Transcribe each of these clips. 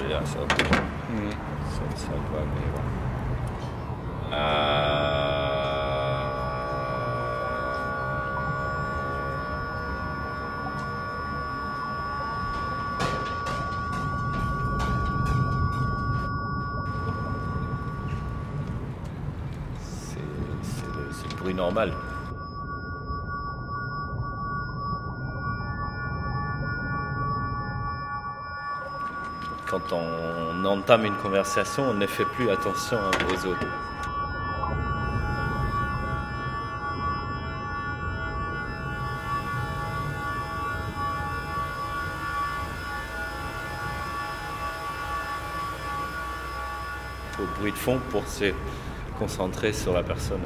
là, c'est un peu, c'est un peu agréable. C'est le bruit normal. Quand on entame une conversation, on ne fait plus attention aux autres. Au bruit de fond pour se concentrer sur la personne.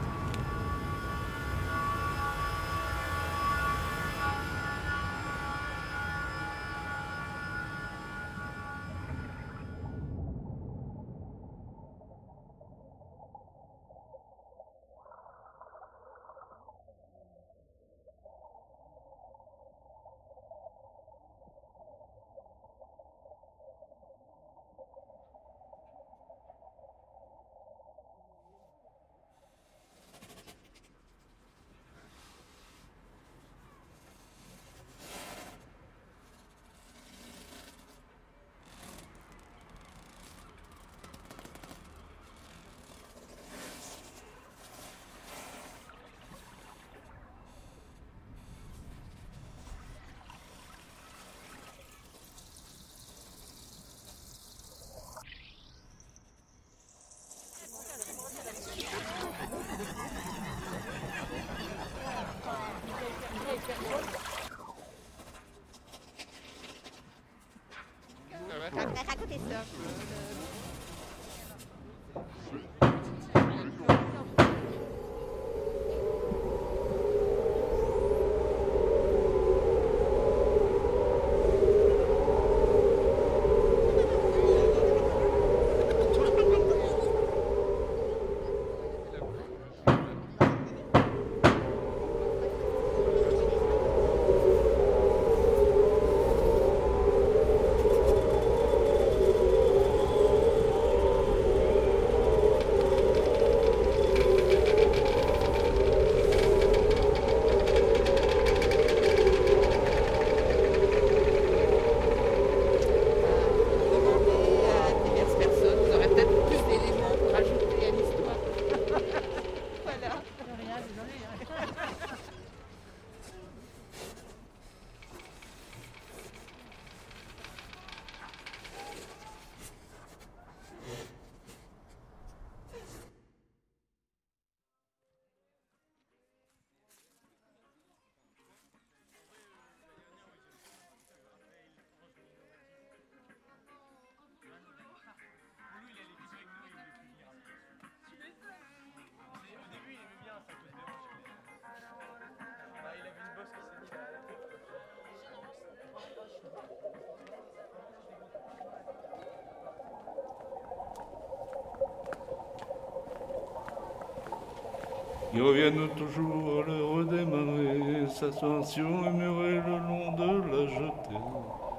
Racontez ça. Ils reviennent toujours à l'heure redémarrer, s'asseoir sur le muret le long de la jetée.